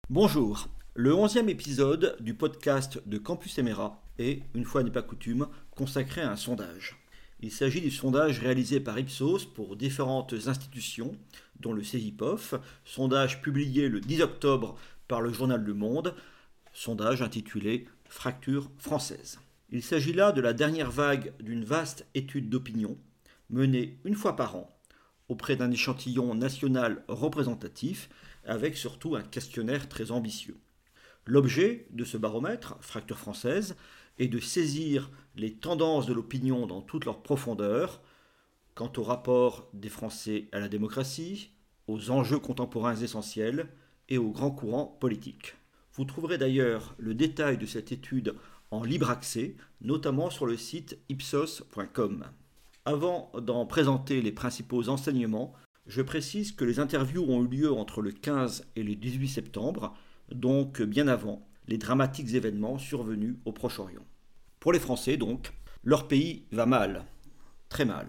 Bonjour, le 11e épisode du podcast de Campus Emera est, une fois n'est pas coutume, consacré à un sondage. Il s'agit du sondage réalisé par Ipsos pour différentes institutions, dont le CEVIPOF, sondage publié le 10 octobre par le journal Le Monde, sondage intitulé Fracture française. Il s'agit là de la dernière vague d'une vaste étude d'opinion menée une fois par an auprès d'un échantillon national représentatif avec surtout un questionnaire très ambitieux. L'objet de ce baromètre, Fracture française, est de saisir les tendances de l'opinion dans toute leur profondeur quant au rapport des Français à la démocratie, aux enjeux contemporains essentiels et aux grands courants politiques. Vous trouverez d'ailleurs le détail de cette étude en libre accès, notamment sur le site ipsos.com. Avant d'en présenter les principaux enseignements, je précise que les interviews ont eu lieu entre le 15 et le 18 septembre, donc bien avant les dramatiques événements survenus au Proche-Orient. Pour les Français, donc, leur pays va mal, très mal.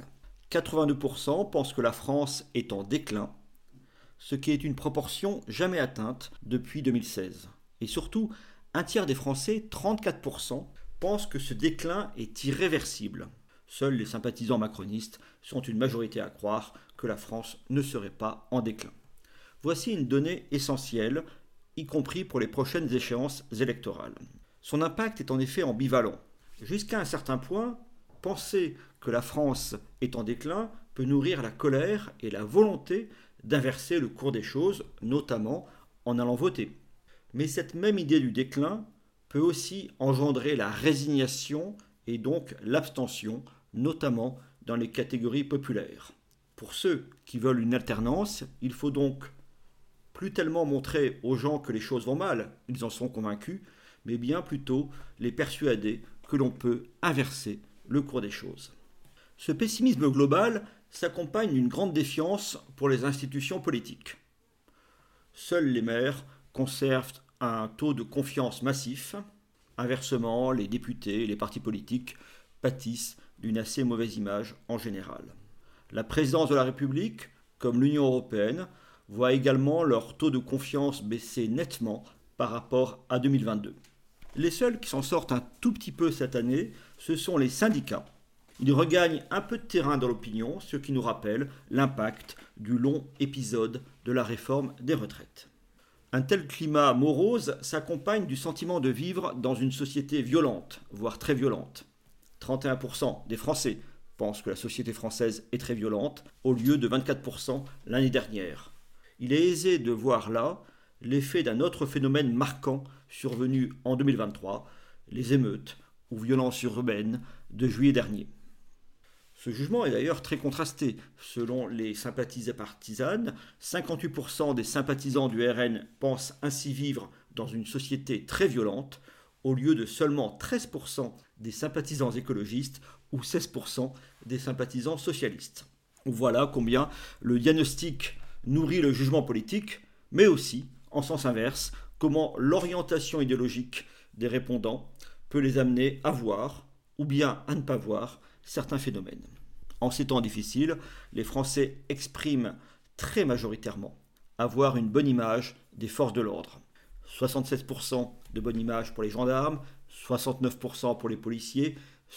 82% pensent que la France est en déclin, ce qui est une proportion jamais atteinte depuis 2016. Et surtout, un tiers des Français, 34%, pensent que ce déclin est irréversible. Seuls les sympathisants macronistes sont une majorité à croire que la France ne serait pas en déclin. Voici une donnée essentielle, y compris pour les prochaines échéances électorales. Son impact est en effet ambivalent. Jusqu'à un certain point, penser que la France est en déclin peut nourrir la colère et la volonté d'inverser le cours des choses, notamment en allant voter. Mais cette même idée du déclin peut aussi engendrer la résignation et donc l'abstention, notamment dans les catégories populaires. Pour ceux qui veulent une alternance, il faut donc plus tellement montrer aux gens que les choses vont mal, ils en sont convaincus, mais bien plutôt les persuader que l'on peut inverser le cours des choses. Ce pessimisme global s'accompagne d'une grande défiance pour les institutions politiques. Seuls les maires conservent un taux de confiance massif. Inversement, les députés et les partis politiques pâtissent d'une assez mauvaise image en général. La présidence de la République, comme l'Union européenne, voit également leur taux de confiance baisser nettement par rapport à 2022. Les seuls qui s'en sortent un tout petit peu cette année, ce sont les syndicats. Ils regagnent un peu de terrain dans l'opinion, ce qui nous rappelle l'impact du long épisode de la réforme des retraites. Un tel climat morose s'accompagne du sentiment de vivre dans une société violente, voire très violente. 31% des Français pensent que la société française est très violente, au lieu de 24% l'année dernière. Il est aisé de voir là l'effet d'un autre phénomène marquant survenu en 2023, les émeutes ou violences urbaines de juillet dernier. Ce jugement est d'ailleurs très contrasté. Selon les sympathisants partisanes, 58% des sympathisants du RN pensent ainsi vivre dans une société très violente, au lieu de seulement 13% des sympathisants écologistes ou 16% des sympathisants socialistes. Voilà combien le diagnostic nourrit le jugement politique, mais aussi, en sens inverse, comment l'orientation idéologique des répondants peut les amener à voir, ou bien à ne pas voir, certains phénomènes. En ces temps difficiles, les Français expriment très majoritairement avoir une bonne image des forces de l'ordre. 76% de bonne image pour les gendarmes, 69% pour les policiers,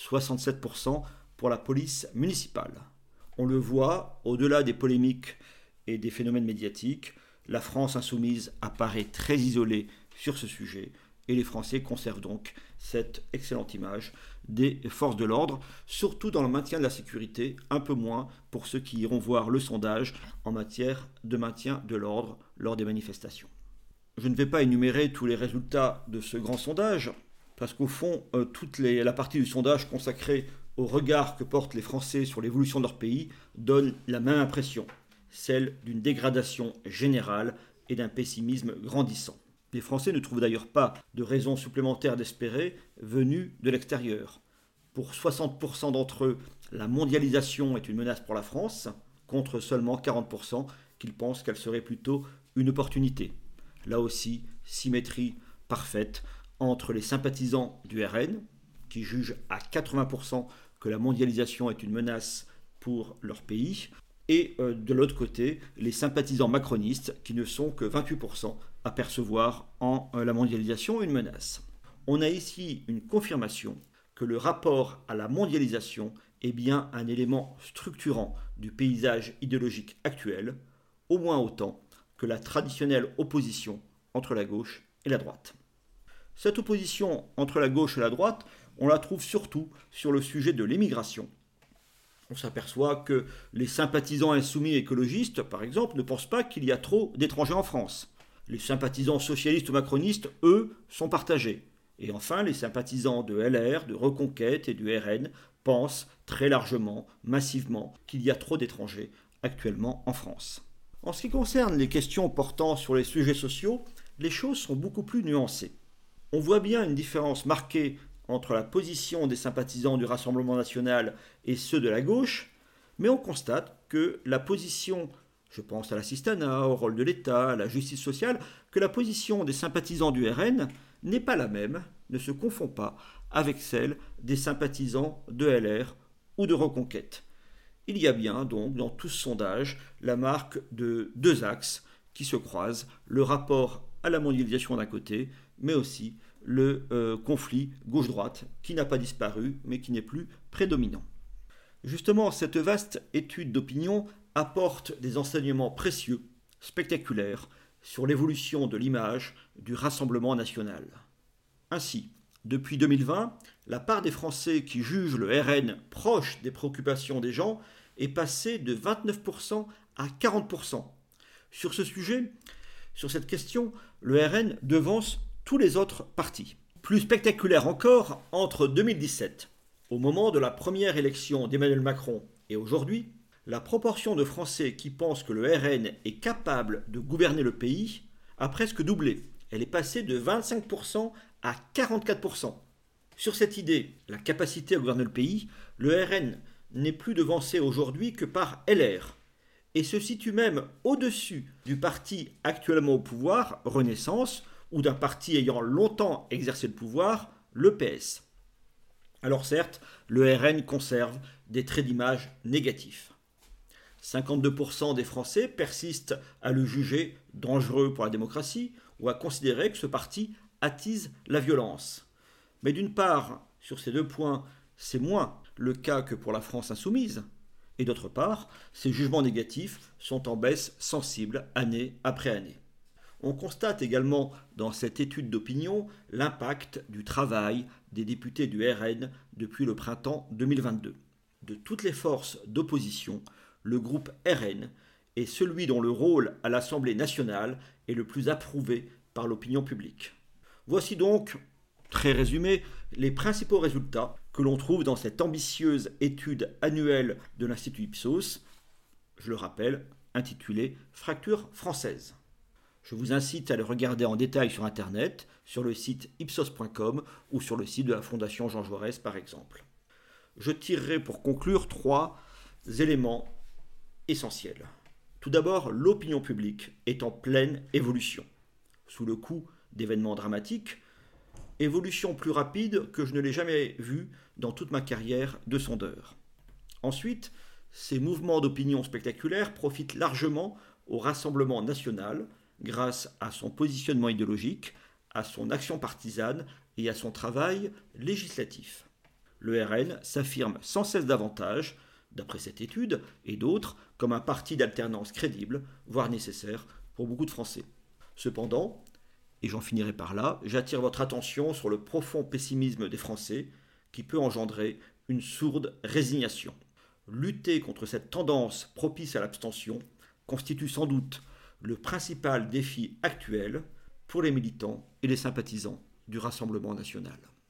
67% pour la police municipale. On le voit, au-delà des polémiques et des phénomènes médiatiques, la France insoumise apparaît très isolée sur ce sujet et les Français conservent donc cette excellente image des forces de l'ordre, surtout dans le maintien de la sécurité, un peu moins pour ceux qui iront voir le sondage en matière de maintien de l'ordre lors des manifestations. Je ne vais pas énumérer tous les résultats de ce grand sondage, parce qu'au fond, la partie du sondage consacrée au regard que portent les Français sur l'évolution de leur pays donne la même impression, celle d'une dégradation générale et d'un pessimisme grandissant. Les Français ne trouvent d'ailleurs pas de raisons supplémentaires d'espérer venues de l'extérieur. Pour 60% d'entre eux, la mondialisation est une menace pour la France, contre seulement 40% qui pensent qu'elle serait plutôt une opportunité. Là aussi, symétrie parfaite entre les sympathisants du RN, qui jugent à 80% que la mondialisation est une menace pour leur pays, et de l'autre côté, les sympathisants macronistes qui ne sont que 28% à percevoir en la mondialisation une menace. On a ici une confirmation que le rapport à la mondialisation est bien un élément structurant du paysage idéologique actuel, au moins autant que la traditionnelle opposition entre la gauche et la droite. Cette opposition entre la gauche et la droite, on la trouve surtout sur le sujet de l'immigration. On s'aperçoit que les sympathisants insoumis écologistes, par exemple, ne pensent pas qu'il y a trop d'étrangers en France. Les sympathisants socialistes ou macronistes, eux, sont partagés. Et enfin, les sympathisants de LR, de Reconquête et du RN pensent très largement, massivement, qu'il y a trop d'étrangers actuellement en France. En ce qui concerne les questions portant sur les sujets sociaux, les choses sont beaucoup plus nuancées. On voit bien une différence marquée entre la position des sympathisants du Rassemblement national et ceux de la gauche, mais on constate que la position, je pense à l'assistanat, au rôle de l'État, à la justice sociale, que la position des sympathisants du RN n'est pas la même, ne se confond pas avec celle des sympathisants de LR ou de Reconquête. Il y a bien donc dans tout ce sondage la marque de deux axes qui se croisent, le rapport à la mondialisation d'un côté, mais aussi le conflit gauche-droite qui n'a pas disparu mais qui n'est plus prédominant. Justement, cette vaste étude d'opinion apporte des enseignements précieux, spectaculaires, sur l'évolution de l'image du Rassemblement national. Ainsi, depuis 2020, la part des Français qui jugent le RN proche des préoccupations des gens est passée de 29% à 40%. Sur ce sujet, sur cette question, le RN devance tous les autres partis. Plus spectaculaire encore, entre 2017, au moment de la première élection d'Emmanuel Macron, et aujourd'hui, la proportion de Français qui pensent que le RN est capable de gouverner le pays a presque doublé. Elle est passée de 25% à 44%. Sur cette idée, la capacité à gouverner le pays, le RN n'est plus devancé aujourd'hui que par LR, et se situe même au-dessus du parti actuellement au pouvoir, Renaissance, ou d'un parti ayant longtemps exercé le pouvoir, le PS. Alors certes, le RN conserve des traits d'image négatifs. 52% des Français persistent à le juger dangereux pour la démocratie ou à considérer que ce parti attise la violence. Mais d'une part, sur ces deux points, c'est moins le cas que pour la France insoumise, et d'autre part, ces jugements négatifs sont en baisse sensible année après année. On constate également dans cette étude d'opinion l'impact du travail des députés du RN depuis le printemps 2022. De toutes les forces d'opposition, le groupe RN est celui dont le rôle à l'Assemblée nationale est le plus approuvé par l'opinion publique. Voici donc, très résumé, les principaux résultats que l'on trouve dans cette ambitieuse étude annuelle de l'Institut Ipsos, je le rappelle, intitulée « Fracture française ». Je vous incite à le regarder en détail sur Internet, sur le site ipsos.com ou sur le site de la Fondation Jean Jaurès par exemple. Je tirerai pour conclure 3 éléments essentiels. Tout d'abord, l'opinion publique est en pleine évolution. Sous le coup d'événements dramatiques, évolution plus rapide que je ne l'ai jamais vue dans toute ma carrière de sondeur. Ensuite, ces mouvements d'opinion spectaculaires profitent largement au Rassemblement national grâce à son positionnement idéologique, à son action partisane et à son travail législatif. Le RN s'affirme sans cesse davantage, d'après cette étude et d'autres, comme un parti d'alternance crédible, voire nécessaire pour beaucoup de Français. Cependant, et j'en finirai par là, j'attire votre attention sur le profond pessimisme des Français qui peut engendrer une sourde résignation. Lutter contre cette tendance propice à l'abstention constitue sans doute le principal défi actuel pour les militants et les sympathisants du Rassemblement national.